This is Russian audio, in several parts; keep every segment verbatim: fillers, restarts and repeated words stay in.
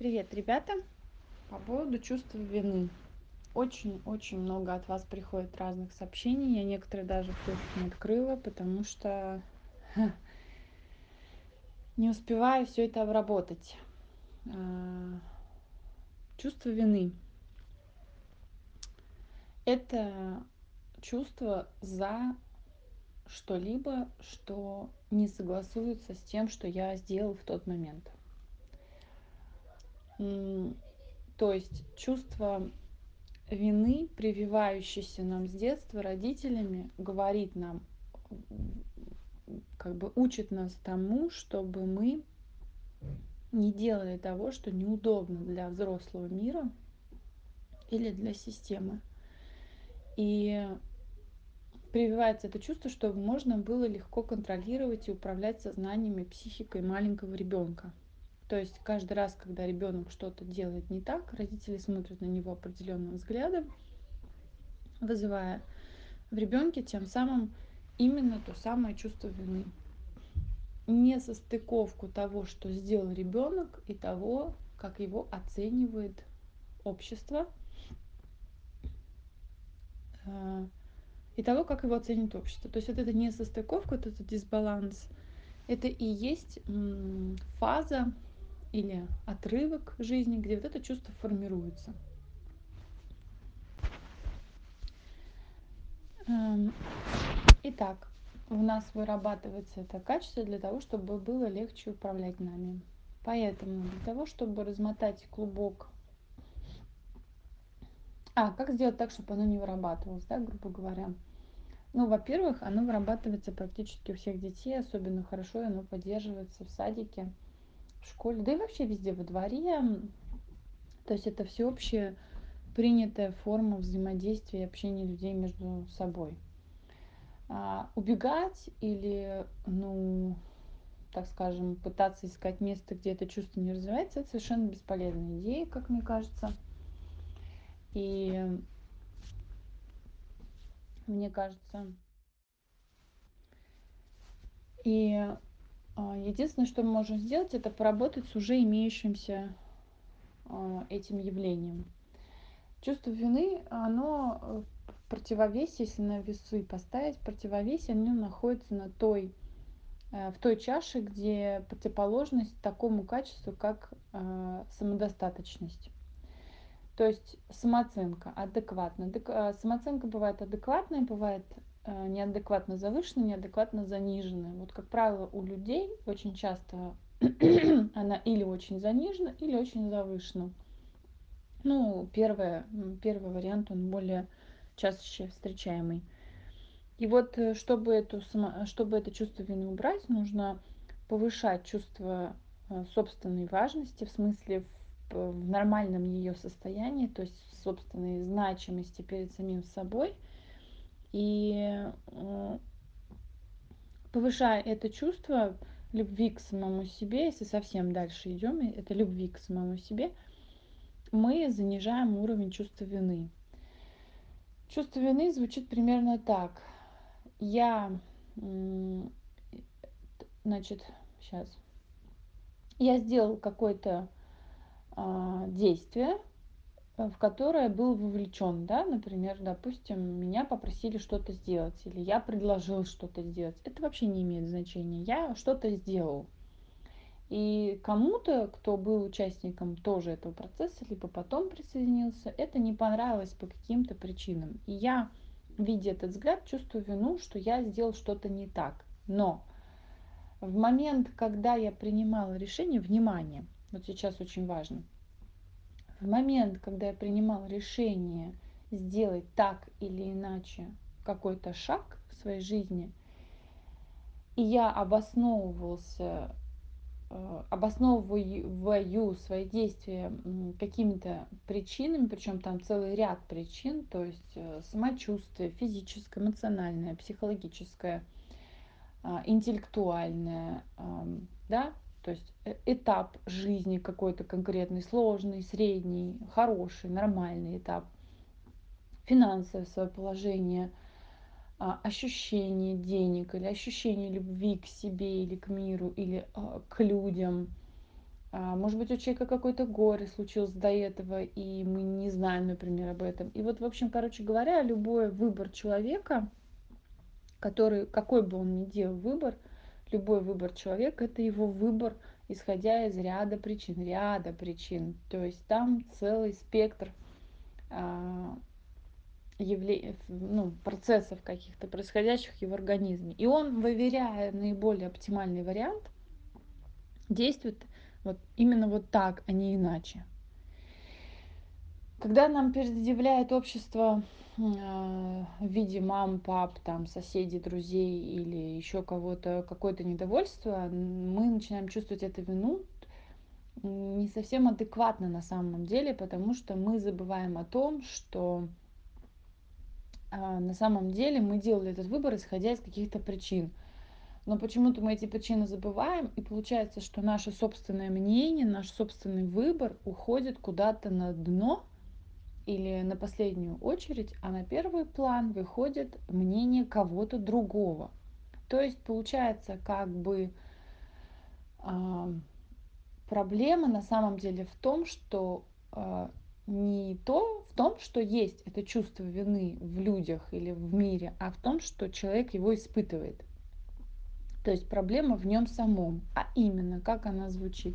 Привет, ребята! По поводу чувства вины. Очень-очень много от вас приходит разных сообщений. Я некоторые даже просто не открыла, потому что не успеваю все это обработать. А, Чувство вины– это чувство за что-либо, что не согласуется с тем, что я сделал в тот момент. М, То есть чувство вины, прививающейся нам с детства родителями, говорит нам, как бы учит нас тому, чтобы мы не делали того, что неудобно для взрослого мира или для системы. И прививается это чувство, чтобы можно было легко контролировать и управлять сознанием и психикой маленького ребенка. То есть каждый раз, когда ребенок что-то делает не так, родители смотрят на него определенным взглядом, вызывая в ребенке тем самым именно то самое чувство вины. Несостыковку того, что сделал ребенок, и того, как его оценивает общество, э, и того, как его оценит общество. То есть вот эта несостыковка, вот этот дисбаланс, это и есть м, фаза или отрывок жизни, где вот это чувство формируется. Эм, Итак, в нас вырабатывается это качество для того, чтобы было легче управлять нами. Поэтому для того, чтобы размотать клубок. А, как сделать так, чтобы оно не вырабатывалось, да, грубо говоря? Ну, во-первых, оно вырабатывается практически у всех детей, особенно хорошо оно поддерживается в садике, в школе, да и вообще везде во дворе. То есть это всеобщая принятая форма взаимодействия и общения людей между собой. А, убегать или, ну, так скажем, пытаться искать место, где это чувство не развивается, это совершенно бесполезная идея, как мне кажется. И мне кажется, и а, единственное, что мы можем сделать, это поработать с уже имеющимся а, этим явлением. Чувство вины, оно э, в противовесе, если на весы поставить, в противовесе оно находится на той, э, в той чаше, где противоположность такому качеству, как э, самодостаточность. То есть самооценка адекватна. Адек- а, Самооценка бывает адекватная, бывает э, неадекватно завышенная, неадекватно заниженная. Вот, как правило, у людей очень часто она или очень занижена, или очень завышена. Ну, первое, м, первый вариант, он более чаще встречаемый. И вот, э, чтобы, эту, само- чтобы это чувство вины убрать, нужно повышать чувство э, собственной важности, в смысле в, в нормальном ее состоянии, то есть в собственной значимости перед самим собой. И э, повышая это чувство любви к самому себе, если совсем дальше идем, это любви к самому себе, мы занижаем уровень чувства вины. Чувство вины звучит примерно так. Я, значит, сейчас. Я сделал какое-то а, действие, э, в которое был вовлечен, да, например, допустим, меня попросили что-то сделать, или я предложил что-то сделать. Это вообще не имеет значения. Я что-то сделал. И кому-то, кто был участником тоже этого процесса, либо потом присоединился, это не понравилось по каким-то причинам. И я, видя этот взгляд, чувствую вину, что я сделал что-то не так. Но в момент, когда я принимала решение, внимание, вот сейчас очень важно, в момент, когда я принимала решение сделать так или иначе какой-то шаг в своей жизни, и я обосновывался э, обосновываю свои действия какими-то причинами, причем там целый ряд причин, то есть э, самочувствие, физическое, эмоциональное, психологическое, а, интеллектуальное, ам, да, то есть э, этап жизни какой-то конкретный, сложный, средний, хороший, нормальный этап, финансовое свое положение, а, ощущение денег или ощущение любви к себе или к миру или а, к людям, А, может быть, у человека какое-то горе случилось до этого, и мы не знаем, например, об этом. И вот, в общем, короче говоря, любой выбор человека, который, какой бы он ни делал выбор, любой выбор человека — это его выбор, исходя из ряда причин, ряда причин. То есть там целый спектр а, явле... ну, процессов каких-то происходящих в его организме. И он, выверяя наиболее оптимальный вариант, действует вот именно вот так, а не иначе. Когда нам предъявляет общество э, в виде мам, пап, там, соседей, друзей или еще кого-то какое-то недовольство, мы начинаем чувствовать эту вину не совсем адекватно на самом деле, потому что мы забываем о том, что э, на самом деле мы делали этот выбор, исходя из каких-то причин. Но почему-то мы эти причины забываем, и получается, что наше собственное мнение, наш собственный выбор уходит куда-то на дно или на последнюю очередь, а на первый план выходит мнение кого-то другого. То есть получается, как бы э, проблема на самом деле в том, что э, не то в том, что есть это чувство вины в людях или в мире, а в том, что человек его испытывает. То есть проблема в нем самом, а именно, как она звучит.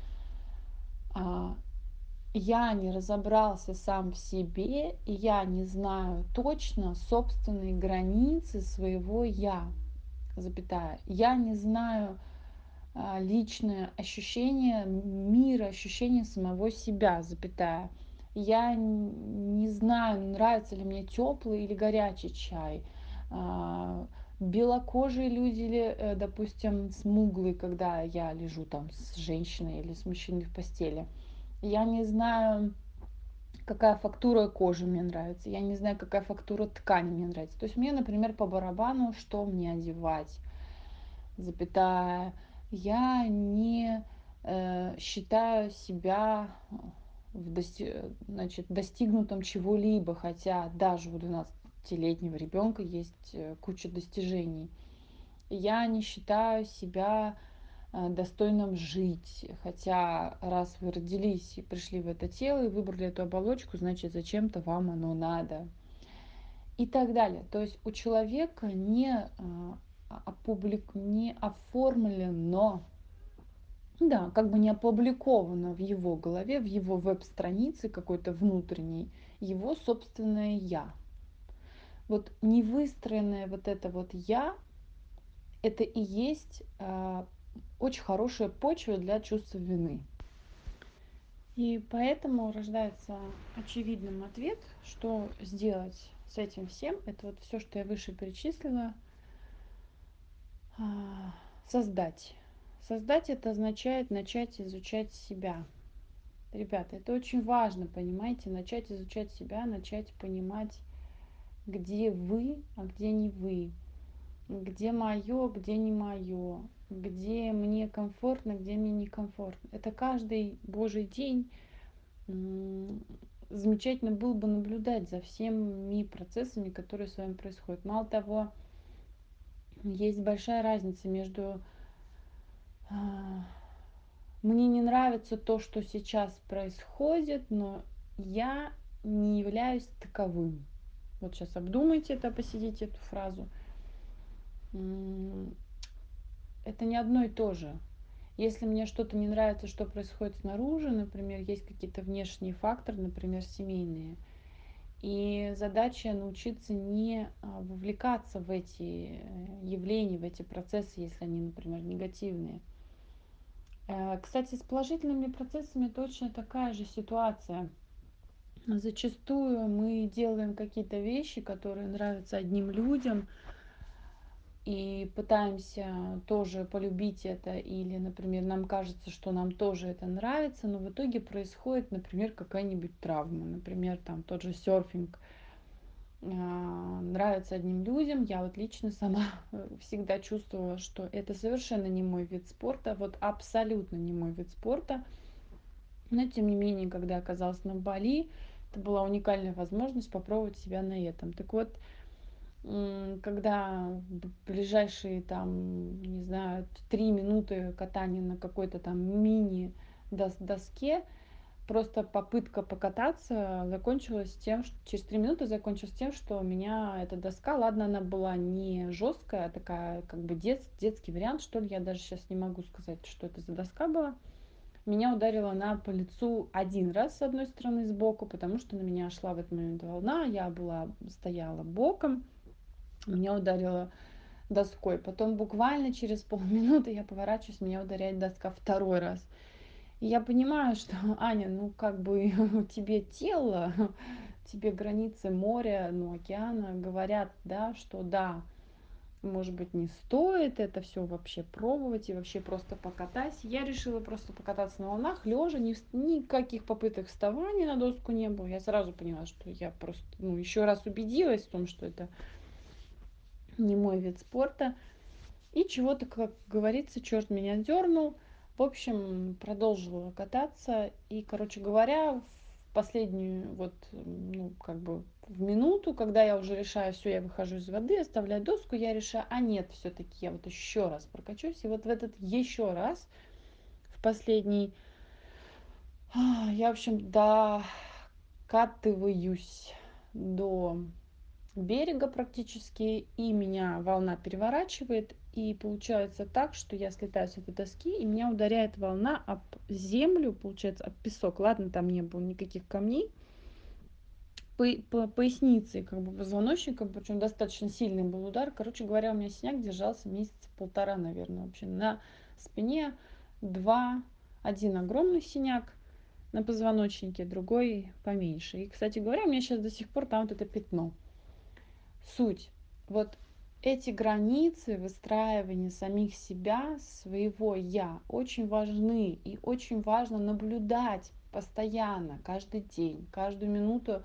А, я не разобрался сам в себе, и я не знаю точно собственные границы своего я, запятая. Я не знаю а, личное ощущение мира, ощущение самого себя, запятая. Я не знаю, нравится ли мне теплый или горячий чай. А, белокожие люди или, э, допустим, смуглые, когда я лежу там с женщиной или с мужчиной в постели. Я не знаю, какая фактура кожи мне нравится. Я не знаю, какая фактура ткани мне нравится. То есть мне, например, по барабану, что мне одевать, запятая. Я не э, считаю себя в дости... значит, достигнутом чего-либо, хотя даже у двенадцатилетнего ребенка есть э, куча достижений. Я не считаю себя э, достойным жить, хотя раз вы родились и пришли в это тело и выбрали эту оболочку, значит, зачем-то вам оно надо. И так далее. То есть у человека не, э, опублик... не оформлено, да, как бы не опубликовано в его голове, в его веб-странице какой-то внутренней, его собственное «я». Вот не выстроенное вот это вот «я», это и есть э, очень хорошая почва для чувства вины. И поэтому рождается очевидным ответ, что сделать с этим всем. Это вот все, что я выше перечислила. Создать. Создать — это означает начать изучать себя. Ребята, это очень важно, понимаете, начать изучать себя, начать понимать, где вы, а где не вы, где мое, где не мое, где мне комфортно, где мне некомфортно. Это каждый божий день замечательно было бы наблюдать за всеми процессами, которые с вами происходят. Мало того, есть большая разница между мне не нравится то, что сейчас происходит, но я не являюсь таковым. Вот сейчас обдумайте это, посидите эту фразу. Это не одно и то же. Если мне что-то не нравится, что происходит снаружи, например, есть какие-то внешние факторы, например, семейные, и задача научиться не вовлекаться в эти явления, в эти процессы, если они, например, негативные. Кстати, с положительными процессами точно такая же ситуация. Зачастую мы делаем какие-то вещи, которые нравятся одним людям, и пытаемся тоже полюбить это, или, например, нам кажется, что нам тоже это нравится, но в итоге происходит, например, какая-нибудь травма, например, там тот же серфинг нравится одним людям. Я вот лично сама всегда чувствовала, что это совершенно не мой вид спорта, вот абсолютно не мой вид спорта. Но тем не менее, когда оказалась на Бали, это была уникальная возможность попробовать себя на этом. Так вот, когда ближайшие там, не знаю, три минуты катания на какой-то там мини дос доске. Просто попытка покататься закончилась тем, что через три минуты закончилась тем, что у меня эта доска, ладно, она была не жесткая, а такая как бы дет детский вариант, что ли, я даже сейчас не могу сказать, что это за доска была. Меня ударила она по лицу один раз с одной стороны сбоку, потому что на меня шла в этот момент волна, я была стояла боком, меня ударило доской. Потом буквально через полминуты я поворачиваюсь, меня ударяет доска второй раз. И я понимаю, что, Аня, ну как бы тебе тело, тебе границы моря, ну, океана говорят, да, что да, может быть, не стоит это все вообще пробовать и вообще просто покатайся. Я решила просто покататься на волнах, лежа, ни, никаких попыток вставания на доску не было. Я сразу поняла, что я просто, ну, еще раз убедилась в том, что это не мой вид спорта. И чего-то, как говорится, черт меня дернул. В общем, продолжила кататься. И, короче говоря, в последнюю, вот, ну, как бы в минуту, когда я уже решаю, все, я выхожу из воды, оставляю доску, я решаю, а нет, все-таки я вот еще раз прокачусь. И вот в этот еще раз, в последний, я, в общем, докатываюсь до берега практически, и меня волна переворачивает, и получается так, что я слетаю с этой доски, и меня ударяет волна об землю, получается, об песок. Ладно, там не было никаких камней, по, по пояснице, как бы позвоночником, причем достаточно сильный был удар. Короче говоря, у меня синяк держался месяца полтора, наверное, вообще на спине. Два, один огромный синяк на позвоночнике, другой поменьше. И, кстати говоря, у меня сейчас до сих пор там вот это пятно. Суть. Вот эти границы выстраивания самих себя, своего я, очень важны. И очень важно наблюдать постоянно, каждый день, каждую минуту,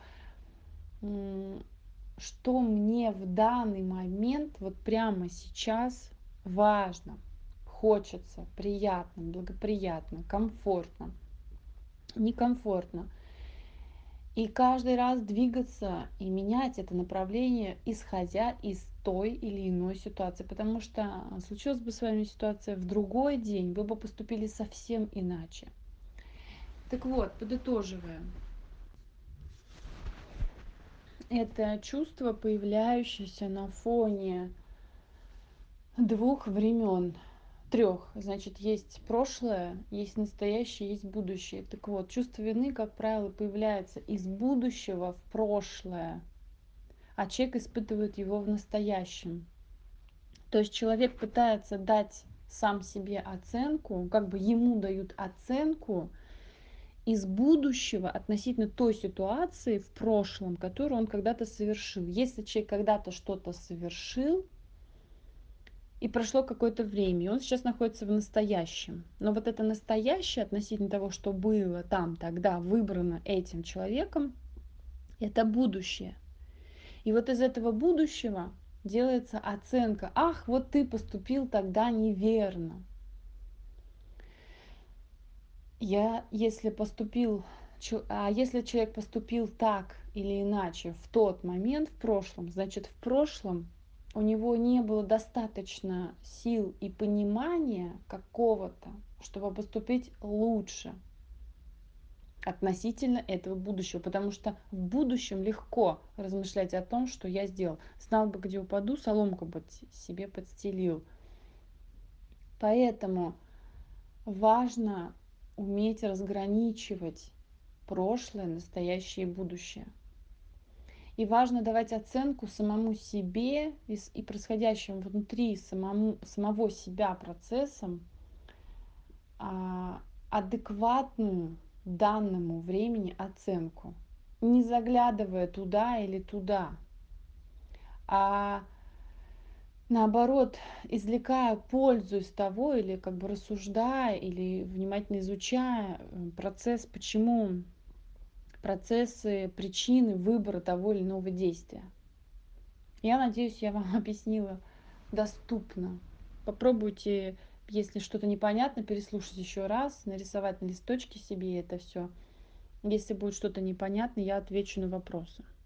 что мне в данный момент, вот прямо сейчас важно, хочется, приятно, благоприятно, комфортно, некомфортно. И каждый раз двигаться и менять это направление, исходя из той или иной ситуации. Потому что случилась бы с вами ситуация в другой день, вы бы поступили совсем иначе. Так вот, подытоживаем. Это чувство, появляющееся на фоне двух времен. Трех. Значит, есть прошлое, есть настоящее, есть будущее. Так вот, чувство вины, как правило, появляется из будущего в прошлое, а человек испытывает его в настоящем. То есть человек пытается дать сам себе оценку, как бы ему дают оценку из будущего относительно той ситуации в прошлом, которую он когда-то совершил. Если человек когда-то что-то совершил, и прошло какое-то время, и он сейчас находится в настоящем. Но вот это настоящее относительно того, что было там тогда выбрано этим человеком, это будущее. И вот из этого будущего делается оценка. Ах, вот ты поступил тогда неверно. Я, если поступил, а если человек поступил так или иначе в тот момент, в прошлом, значит, в прошлом у него не было достаточно сил и понимания какого-то, чтобы поступить лучше относительно этого будущего, потому что в будущем легко размышлять о том, что я сделал. Знал бы, где упаду, соломку бы себе подстелил. Поэтому важно уметь разграничивать прошлое, настоящее и будущее. И важно давать оценку самому себе и, и происходящим внутри самому, самого себя процессам, а, адекватную данному времени оценку, не заглядывая туда или туда, а наоборот, извлекая пользу из того, или как бы рассуждая, или внимательно изучая процесс, почему процессы, причины выбора того или иного действия. Я надеюсь, я вам объяснила доступно. Попробуйте, если что-то непонятно, переслушать еще раз, нарисовать на листочке себе это все. Если будет что-то непонятно, я отвечу на вопросы.